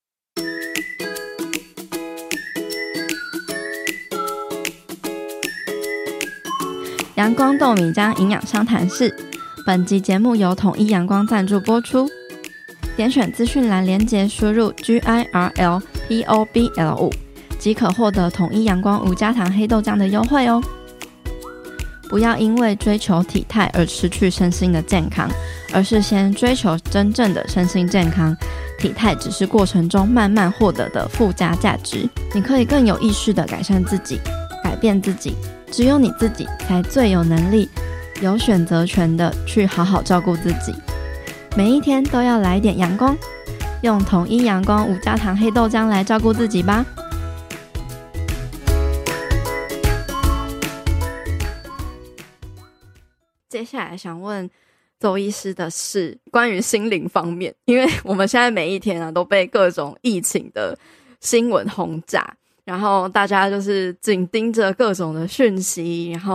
阳光豆米浆营养商谈室，本集节目由统一阳光赞助播出。点选资讯栏连结，输入 G I R L P O B L 五 即可获得统一阳光无加糖黑豆浆的优惠哦。不要因为追求体态而失去身心的健康，而是先追求真正的身心健康。体态只是过程中慢慢获得的附加价值，你可以更有意识地改善自己，改变自己。只有你自己才最有能力、有选择权的去好好照顾自己。每一天都要来点阳光，用统一阳光无加糖黑豆浆来照顾自己吧。接下来想问周医师的是关于心灵方面，因为我们现在每一天啊都被各种疫情的新闻轰炸，然后大家就是紧盯着各种的讯息，然后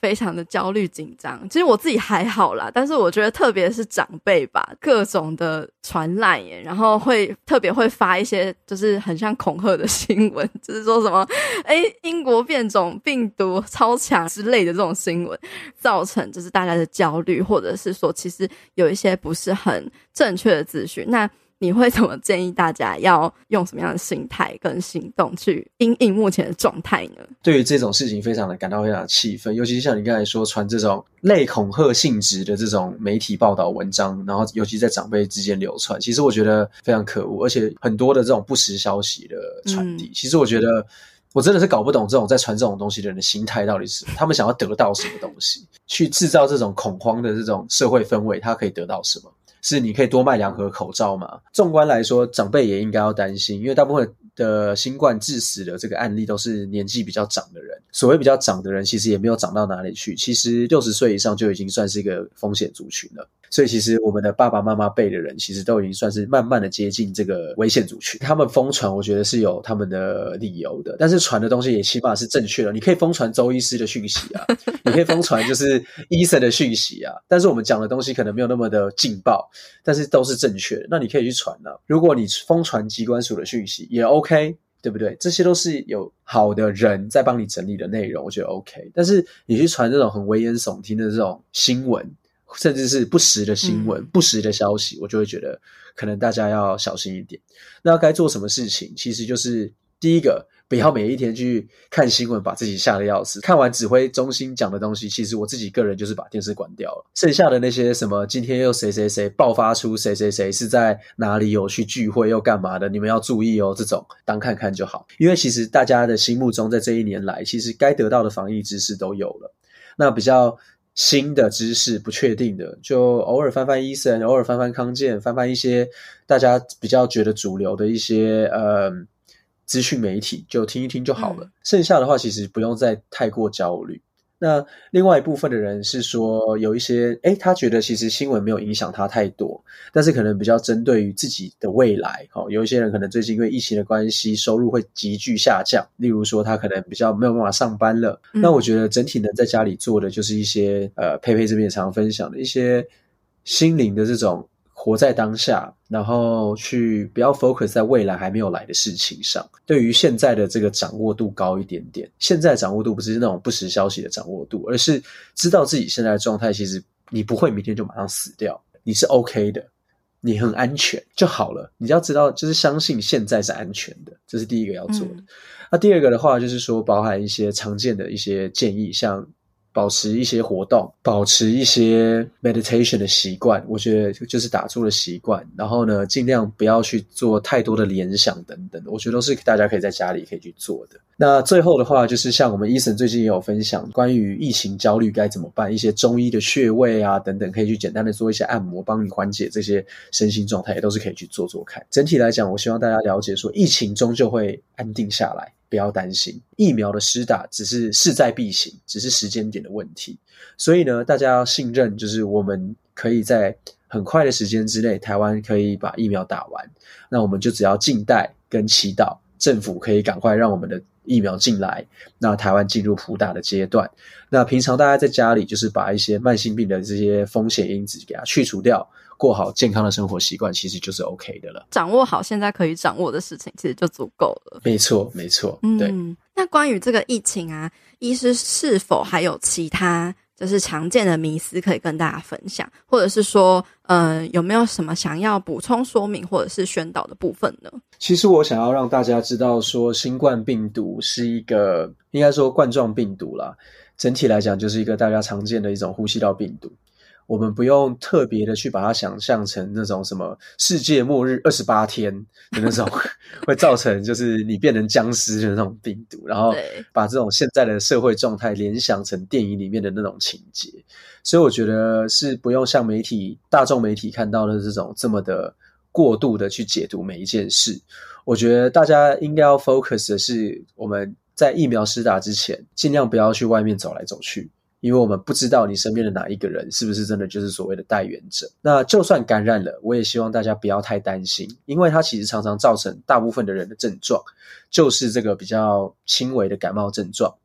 非常的焦虑紧张。其实我自己还好啦，但是我觉得特别是长辈吧，各种的传烂耶，然后会特别会发一些就是很像恐吓的新闻，就是说什么诶英国变种病毒超强之类的这种新闻，造成就是大家的焦虑，或者是说其实有一些不是很正确的资讯。那你会怎么建议大家要用什么样的心态跟行动去因应目前的状态呢？ 对于这种事情非常的感到非常的气愤，尤其是像你刚才说传这种类恐吓性质的这种媒体报道文章，然后尤其在长辈之间流传，其实我觉得非常可恶，而且很多的这种不实消息的传递、嗯、其实我觉得我真的是搞不懂这种在传这种东西的人的心态到底是什么，他们想要得到什么东西，去制造这种恐慌的这种社会氛围，他可以得到什么？是你可以多卖两盒口罩吗？纵观来说，长辈也应该要担心，因为大部分的新冠致死的这个案例都是年纪比较长的人。所谓比较长的人，其实也没有长到哪里去，其实六十岁以上就已经算是一个风险族群了。所以其实我们的爸爸妈妈辈的人，其实都已经算是慢慢的接近这个危险族群。他们疯传，我觉得是有他们的理由的，但是传的东西也起码是正确的。你可以疯传周医师的讯息啊，你可以疯传就是医生的讯息啊，但是我们讲的东西可能没有那么的劲爆，但是都是正确的，那你可以去传啊。如果你疯传疾管署的讯息也 OK， 对不对？这些都是有好的人在帮你整理的内容，我觉得 OK。但是你去传这种很危言耸听的这种新闻，甚至是不实的新闻、嗯、不实的消息，我就会觉得可能大家要小心一点。那该做什么事情？其实就是第一个，不要每一天去看新闻把自己吓得要死，看完指挥中心讲的东西，其实我自己个人就是把电视关掉了。剩下的那些什么今天又谁谁谁爆发出谁谁谁是在哪里有去聚会又干嘛的，你们要注意哦，这种当看看就好。因为其实大家的心目中在这一年来，其实该得到的防疫知识都有了，那比较新的知识不确定的，就偶尔翻翻医生，偶尔翻翻康健，翻翻一些大家比较觉得主流的一些呃资讯媒体，就听一听就好了、嗯、剩下的话其实不用再太过焦虑。那另外一部分的人是说有一些诶他觉得其实新闻没有影响他太多，但是可能比较针对于自己的未来、哦、有一些人可能最近因为疫情的关系收入会急剧下降，例如说他可能比较没有办法上班了、嗯、那我觉得整体能在家里做的就是一些呃佩佩这边也常分享的一些心灵的这种活在当下，然后去不要 focus 在未来还没有来的事情上，对于现在的这个掌握度高一点点。现在掌握度不是那种不实消息的掌握度，而是知道自己现在的状态，其实你不会明天就马上死掉，你是 OK 的，你很安全就好了。你要知道就是相信现在是安全的，这是第一个要做的、嗯、那第二个的话就是说包含一些常见的一些建议，像保持一些活动，保持一些 meditation 的习惯，我觉得就是打坐的习惯，然后呢尽量不要去做太多的联想等等，我觉得都是大家可以在家里可以去做的。那最后的话就是像我们 Eason 最近也有分享关于疫情焦虑该怎么办，一些中医的穴位啊等等，可以去简单的做一些按摩，帮你缓解这些身心状态，也都是可以去做做看。整体来讲，我希望大家了解说疫情终究会安定下来，不要担心，疫苗的施打只是势在必行，只是时间点的问题。所以呢，大家要信任，就是我们可以在很快的时间之内，台湾可以把疫苗打完。那我们就只要静待跟祈祷，政府可以赶快让我们的疫苗进来，那台湾进入普打的阶段。那平常大家在家里就是把一些慢性病的这些风险因子给它去除掉，过好健康的生活习惯，其实就是 OK 的了。 掌握好现在可以掌握的事情，其实就足够了。 没错没错、 嗯、 对。 那关于这个疫情啊，医师是否还有其他就是常见的迷思可以跟大家分享，或者是说呃，有没有什么想要补充说明或者是宣导的部分呢？ 其实我想要让大家知道说，新冠病毒是一个应该说冠状病毒啦，整体来讲就是一个大家常见的一种呼吸道病毒。我们不用特别的去把它想象成那种什么世界末日二十八天的那种会造成就是你变成僵尸的那种病毒，然后把这种现在的社会状态联想成电影里面的那种情节。所以我觉得是不用像媒体大众媒体看到的这种这么的过度的去解读每一件事。我觉得大家应该要 focus 的是我们在疫苗施打之前尽量不要去外面走来走去，因为我们不知道你身边的哪一个人是不是真的就是所谓的带原者。那就算感染了，我也希望大家不要太担心，因为它其实常常造成大部分的人的症状就是这个比较轻微的感冒症状。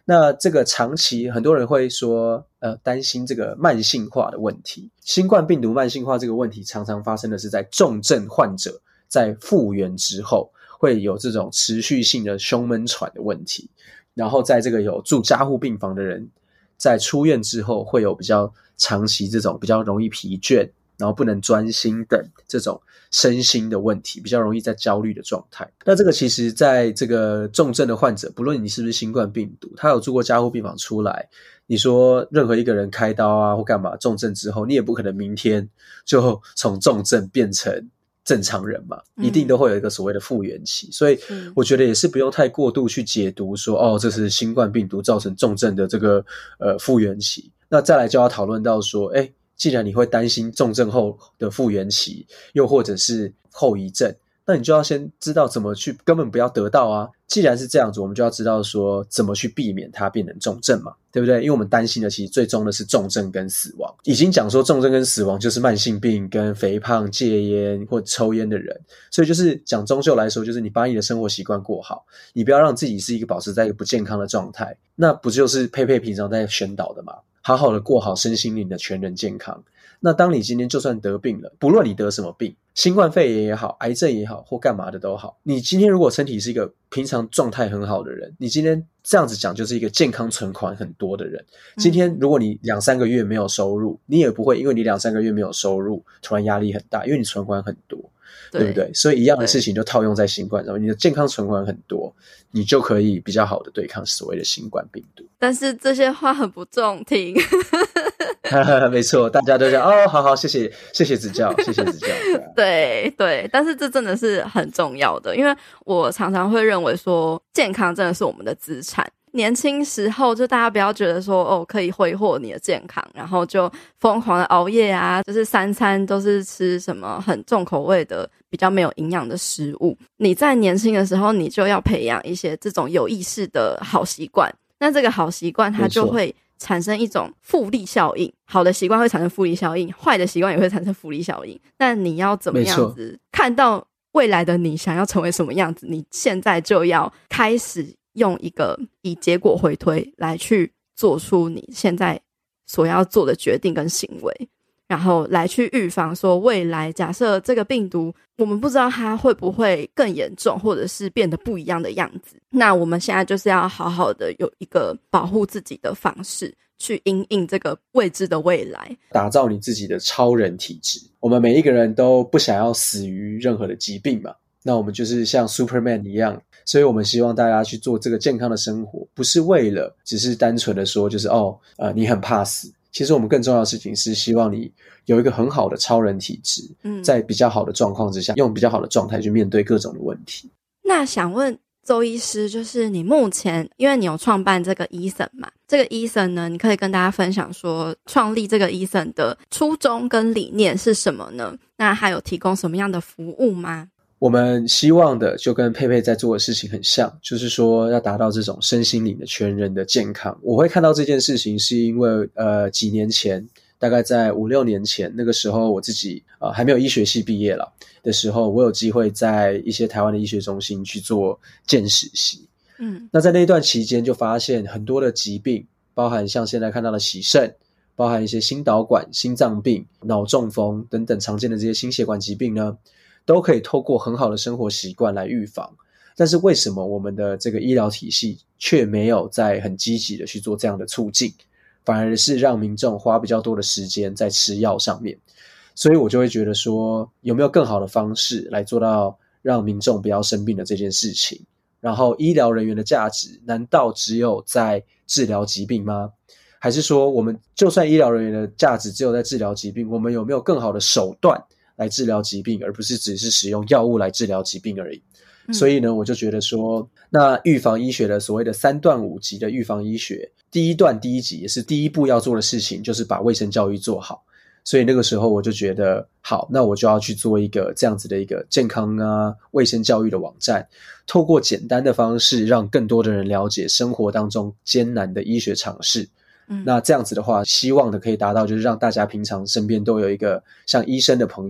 那这个长期很多人会说呃担心这个慢性化的问题。新冠病毒慢性化这个问题常常发生的是在重症患者在复原之后会有这种持续性的胸闷喘的问题，然后在这个有住加护病房的人在出院之后会有比较长期这种比较容易疲倦，然后不能专心等这种身心的问题，比较容易在焦虑的状态。那这个其实在这个重症的患者，不论你是不是新冠病毒，他有住过加护病房出来，你说任何一个人开刀啊或干嘛重症之后，你也不可能明天就从重症变成正常人嘛，一定都会有一个所谓的复原期、嗯、所以我觉得也是不用太过度去解读说哦，这是新冠病毒造成重症的这个呃复原期。那再来就要讨论到说诶既然你会担心重症后的复原期又或者是后遗症，那你就要先知道怎么去根本不要得到啊。既然是这样子，我们就要知道说怎么去避免它变成重症嘛，对不对？因为我们担心的其实最终的是重症跟死亡。已经讲说重症跟死亡就是慢性病跟肥胖戒烟或抽烟的人，所以就是讲终究来说，就是你把你的生活习惯过好，你不要让自己是一个保持在一个不健康的状态，那不就是佩佩平常在宣导的吗？好好的过好身心灵的全人健康。那当你今天就算得病了，不论你得什么病，新冠肺炎也好，癌症也好，或干嘛的都好，你今天如果身体是一个平常状态很好的人，你今天这样子讲就是一个健康存款很多的人。今天如果你两三个月没有收入，你也不会因为你两三个月没有收入突然压力很大，因为你存款很多， 对, 对不对？所以一样的事情就套用在新冠上面，你的健康存款很多，你就可以比较好的对抗所谓的新冠病毒。 但是这些话很不中听没错，大家都讲哦，好好，谢谢谢谢指教，谢谢指教。对、啊、 对对，但是这真的是很重要的，因为我常常会认为说健康真的是我们的资产。年轻时候就大家不要觉得说哦可以挥霍你的健康，然后就疯狂的熬夜啊，就是三餐都是吃什么很重口味的比较没有营养的食物。你在年轻的时候你就要培养一些这种有意识的好习惯，那这个好习惯它就会产生一种复利效应，好的习惯会产生复利效应，坏的习惯也会产生复利效应。那你要怎么样子看到未来的你想要成为什么样子，你现在就要开始用一个以结果回推来去做出你现在所要做的决定跟行为，然后来去预防说未来假设这个病毒我们不知道它会不会更严重或者是变得不一样的样子，那我们现在就是要好好的有一个保护自己的方式去因应这个未知的未来， 打造你自己的超人体质。我们每一个人都不想要死于任何的疾病嘛，那我们就是像 Superman 一样，所以我们希望大家去做这个健康的生活，不是为了只是单纯的说就是哦呃你很怕死，其实我们更重要的事情是希望你有一个很好的超人体质、嗯、在比较好的状况之下用比较好的状态去面对各种的问题。 那想问周医师，就是你目前因为你有创办这个 Eason 嘛，这个 Eason 呢你可以跟大家分享说创立这个 Eason 的初衷跟理念是什么呢？那还有提供什么样的服务吗？ 我们希望的就跟佩佩在做的事情很像，就是说要达到这种身心灵的全人的健康。我会看到这件事情是因为呃几年前，大概在五六年前，那个时候我自己呃还没有医学系毕业了的时候，我有机会在一些台湾的医学中心去做见实习。嗯，那在那段期间就发现很多的疾病，包含像现在看到的洗肾，包含一些心导管、心脏病、脑中风等等常见的这些心血管疾病呢，都可以透过很好的生活习惯来预防。但是为什么我们的这个医疗体系却没有在很积极的去做这样的促进，反而是让民众花比较多的时间在吃药上面？所以我就会觉得说，有没有更好的方式来做到让民众不要生病的这件事情？然后医疗人员的价值难道只有在治疗疾病吗？还是说我们就算医疗人员的价值只有在治疗疾病，我们有没有更好的手段来治疗疾病，而不是只是使用药物来治疗疾病而已？嗯、所以呢，我就觉得说，那预防医学的所谓的三段五级的预防医学，第一段第一级也是第一步要做的事情，就是把卫生教育做好。所以那个时候我就觉得好，那我就要去做一个这样子的一个健康啊卫生教育的网站，透过简单的方式让更多的人了解生活当中艰难的医学常识。嗯，那这样子的话，希望的可以达到就是让大家平常身边都有一个像医生的朋友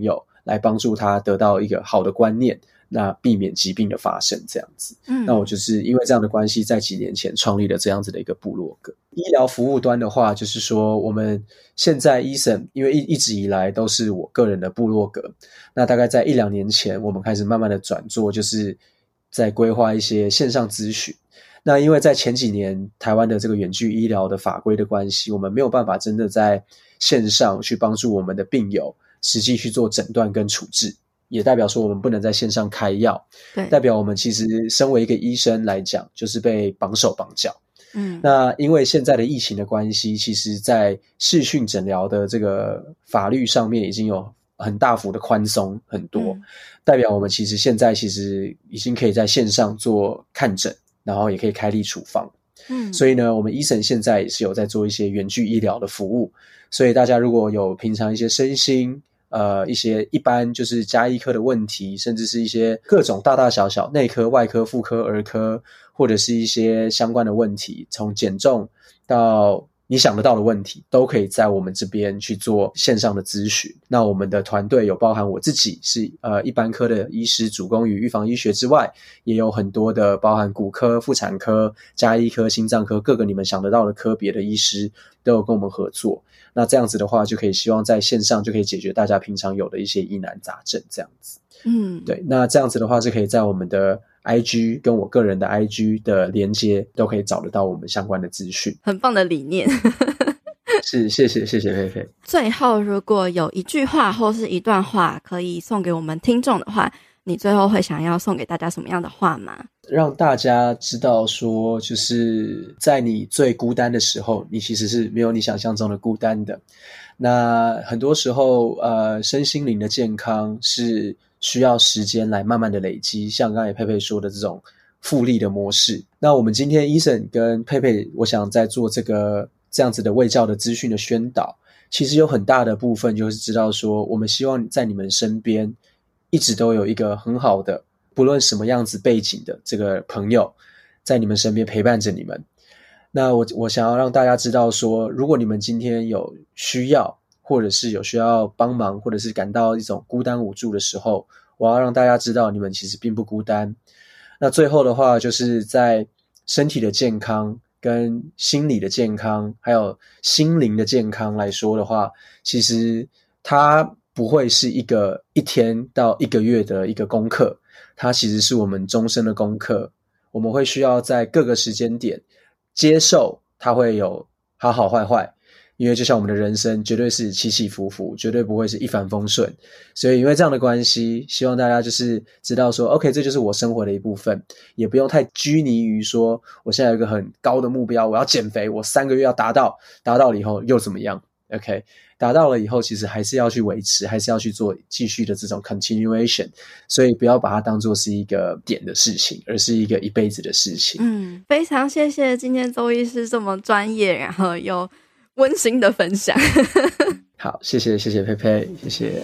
来帮助他得到一个好的观念，那避免疾病的发生这样子。嗯，那我就是因为这样的关系，在几年前创立了这样子的一个部落格。医疗服务端的话，就是说我们现在Eason因为一一直以来都是我个人的部落格，那大概在一两年前，我们开始慢慢的转做，就是在规划一些线上咨询。那因为在前几年台湾的这个远距医疗的法规的关系，我们没有办法真的在线上去帮助我们的病友实际去做诊断跟处置，也代表说我们不能在线上开药，对，代表我们其实身为一个医生来讲，就是被绑手绑脚。嗯，那因为现在的疫情的关系，其实在视讯诊疗的这个法律上面已经有很大幅的宽松很多，嗯，代表我们其实现在其实已经可以在线上做看诊，然后也可以开立处方。嗯，所以呢，我们Eason现在也是有在做一些远距医疗的服务，所以大家如果有平常一些身心呃一些一般就是家医科的问题，甚至是一些各种大大小小内科、外科、妇科、儿科，或者是一些相关的问题，从减重到你想得到的问题，都可以在我们这边去做线上的咨询。那我们的团队有包含我自己是呃一般科的医师，主攻于预防医学之外，也有很多的包含骨科、妇产科、家医科、心脏科，各个你们想得到的科别的医师都有跟我们合作。那这样子的话，就可以希望在线上就可以解决大家平常有的一些疑难杂症这样子。嗯，对，那这样子的话是可以在我们的I G 跟我个人的 I G 的连接都可以找得到我们相关的资讯。 很棒的理念。 是，谢谢谢谢佩佩。 最后如果有一句话或是一段话可以送给我们听众的话，你最后会想要送给大家什么样的话吗？ 让大家知道说，就是在你最孤单的时候，你其实是没有你想象中的孤单的。那很多时候呃，身心灵的健康是需要时间来慢慢的累积，像刚才佩佩说的这种复利的模式。那我们今天Eason跟佩佩，我想在做这个这样子的卫教的资讯的宣导，其实有很大的部分就是知道说，我们希望在你们身边一直都有一个很好的，不论什么样子背景的这个朋友在你们身边陪伴着你们。那我我想要让大家知道说，如果你们今天有需要，或者是有需要帮忙，或者是感到一种孤单无助的时候，我要让大家知道你们其实并不孤单。那最后的话，就是在身体的健康跟心理的健康还有心灵的健康来说的话，其实它不会是一个一天到一个月的一个功课，它其实是我们终身的功课。我们会需要在各个时间点接受它会有好好坏坏，因为就像我们的人生绝对是起起伏伏，绝对不会是一帆风顺。所以因为这样的关系，希望大家就是知道说 OK， 这就是我生活的一部分，也不用太拘泥于说我现在有一个很高的目标，我要减肥，我三个月要达到，达到了以后又怎么样 OK， 达到了以后其实还是要去维持，还是要去做继续的这种 continuation， 所以不要把它当作是一个点的事情，而是一个一辈子的事情。 嗯，非常谢谢今天周医师这么专业然后又温馨的分享。 好，谢谢谢谢佩佩，谢谢。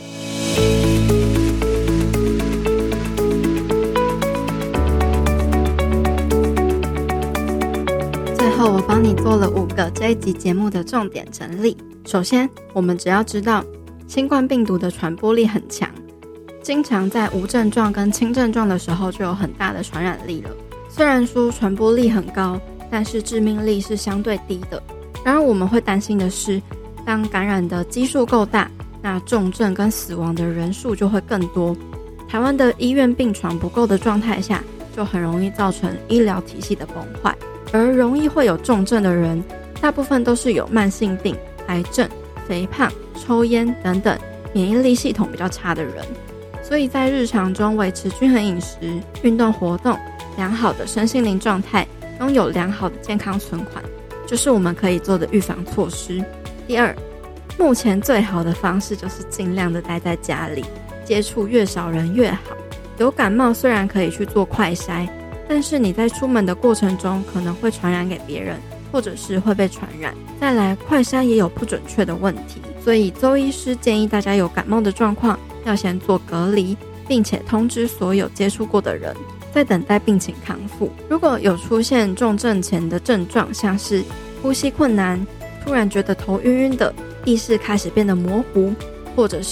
最后我帮你做了五个这一集节目的重点整理。首先，我们只要知道新冠病毒的传播力很强，经常在无症状跟轻症状的时候就有很大的传染力了。虽然说传播力很高，但是致命力是相对低的。然而我们会担心的是，当感染的基数够大，那重症跟死亡的人数就会更多。台湾的医院病床不够的状态下，就很容易造成医疗体系的崩坏。而容易会有重症的人，大部分都是有慢性病、癌症、肥胖、抽烟等等免疫力系统比较差的人。所以在日常中维持均衡饮食、运动活动、良好的身心灵状态，拥有良好的健康存款，就是我们可以做的预防措施。第二，目前最好的方式就是尽量的待在家里，接触越少人越好。有感冒虽然可以去做快筛，但是你在出门的过程中可能会传染给别人，或者是会被传染。再来，快筛也有不准确的问题，所以周医师建议大家有感冒的状况要先做隔离，并且通知所有接触过的人，在等待病情康复。如果有出现重症前的症状，像是呼吸困难、突然觉得头晕晕的、意识开始变得模糊，或者是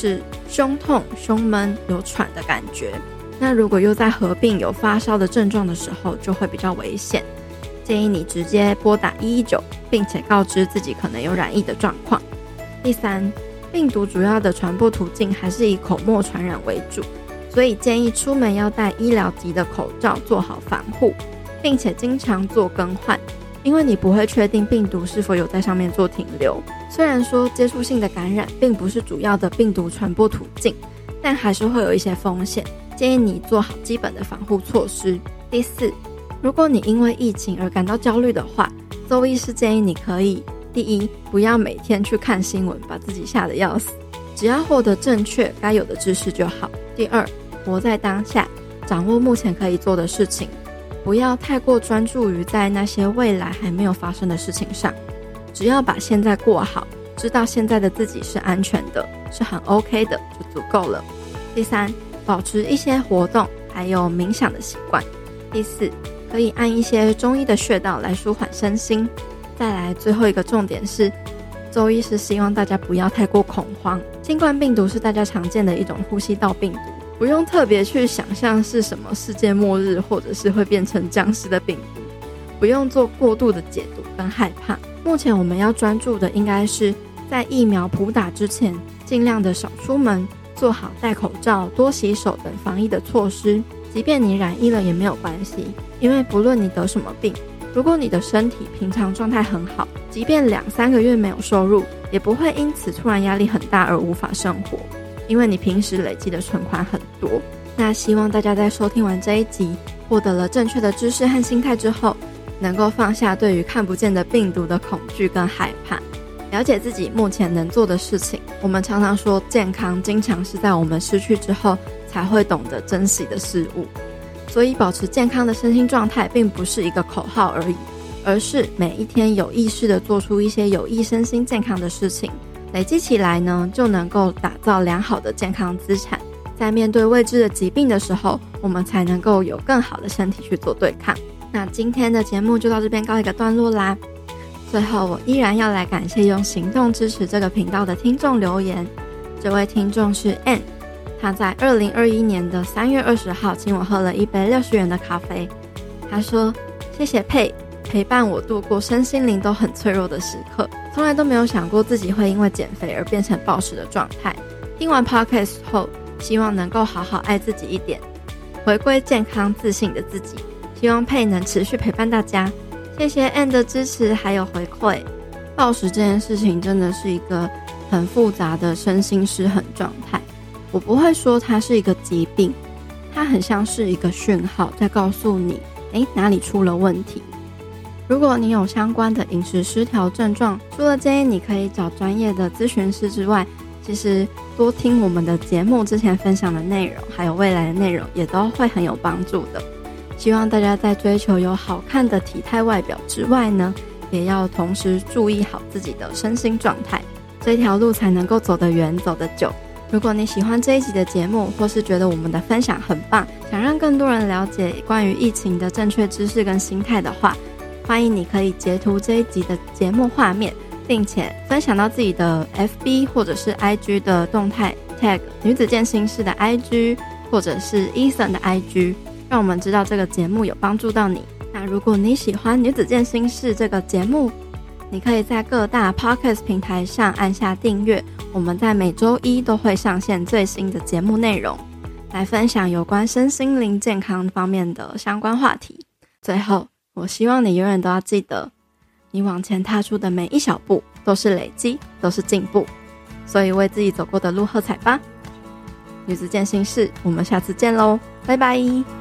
胸痛、胸闷、有喘的感觉。那如果又在合并有发烧的症状的时候，就会比较危险。建议你直接拨打一一九，并且告知自己可能有染疫的状况。第三，病毒主要的传播途径还是以口沫传染为主，所以建议出门要戴医疗级的口罩，做好防护，并且经常做更换，因为你不会确定病毒是否有在上面做停留。虽然说接触性的感染并不是主要的病毒传播途径，但还是会有一些风险，建议你做好基本的防护措施。第四，如果你因为疫情而感到焦虑的话，邹医师建议你可以第一，不要每天去看新闻，把自己吓得要死，只要获得正确该有的知识就好。第二，活在当下，掌握目前可以做的事情，不要太过专注于在那些未来还没有发生的事情上，只要把现在过好，知道现在的自己是安全的，是很 OK 的，就足够了。第三，保持一些活动还有冥想的习惯。第四，可以按一些中医的穴道来舒缓身心。再来最后一个重点是，邹医师希望大家不要太过恐慌。新冠病毒是大家常见的一种呼吸道病毒，不用特别去想象是什么世界末日或者是会变成僵尸的病毒，不用做过度的解读跟害怕。目前我们要专注的应该是在疫苗普打之前，尽量的少出门，做好戴口罩、多洗手等防疫的措施。即便你染疫了也没有关系，因为不论你得什么病，如果你的身体平常状态很好，即便两三个月没有收入，也不会因此突然压力很大而无法生活，因为你平时累积的存款很多。那希望大家在收听完这一集，获得了正确的知识和心态之后，能够放下对于看不见的病毒的恐惧跟害怕，了解自己目前能做的事情。我们常常说健康经常是在我们失去之后才会懂得珍惜的事物，所以保持健康的身心状态并不是一个口号而已，而是每一天有意识地做出一些有益身心健康的事情，累积起来呢，就能够打造良好的健康资产。在面对未知的疾病的时候，我们才能够有更好的身体去做对抗。那今天的节目就到这边告一个段落啦。最后我依然要来感谢用行动支持这个频道的听众留言。这位听众是 Ann， 他在二零二一年的三月二十号请我喝了一杯六十元的咖啡。他说，谢谢佩陪伴我度过身心灵都很脆弱的时刻，从来都没有想过自己会因为减肥而变成暴食的状态。听完 podcast 后，希望能够好好爱自己一点，回归健康自信的自己。希望佩能持续陪伴大家。谢谢 Ann 的支持还有回馈。暴食这件事情真的是一个很复杂的身心失衡状态，我不会说它是一个疾病，它很像是一个讯号在告诉你诶哪里出了问题。如果你有相关的饮食失调症状，除了建议你可以找专业的咨询师之外，其实多听我们的节目之前分享的内容还有未来的内容也都会很有帮助的。希望大家在追求有好看的体态外表之外呢，也要同时注意好自己的身心状态，这条路才能够走得远走得久。如果你喜欢这一集的节目，或是觉得我们的分享很棒，想让更多人了解关于疫情的正确知识跟心态的话，欢迎你可以截图这一集的节目画面，并且分享到自己的 F B 或者是 I G 的动态 tag 女子健心室的 I G 或者是 Ethan 的 I G， 让我们知道这个节目有帮助到你。那如果你喜欢女子健心室这个节目，你可以在各大 Podcast 平台上按下订阅，我们在每周一都会上线最新的节目内容，来分享有关身心灵健康方面的相关话题。最后，我希望你永远都要记得，你往前踏出的每一小步都是累积，都是进步，所以为自己走过的路喝彩吧。女子健心室，我们下次见咯，拜拜。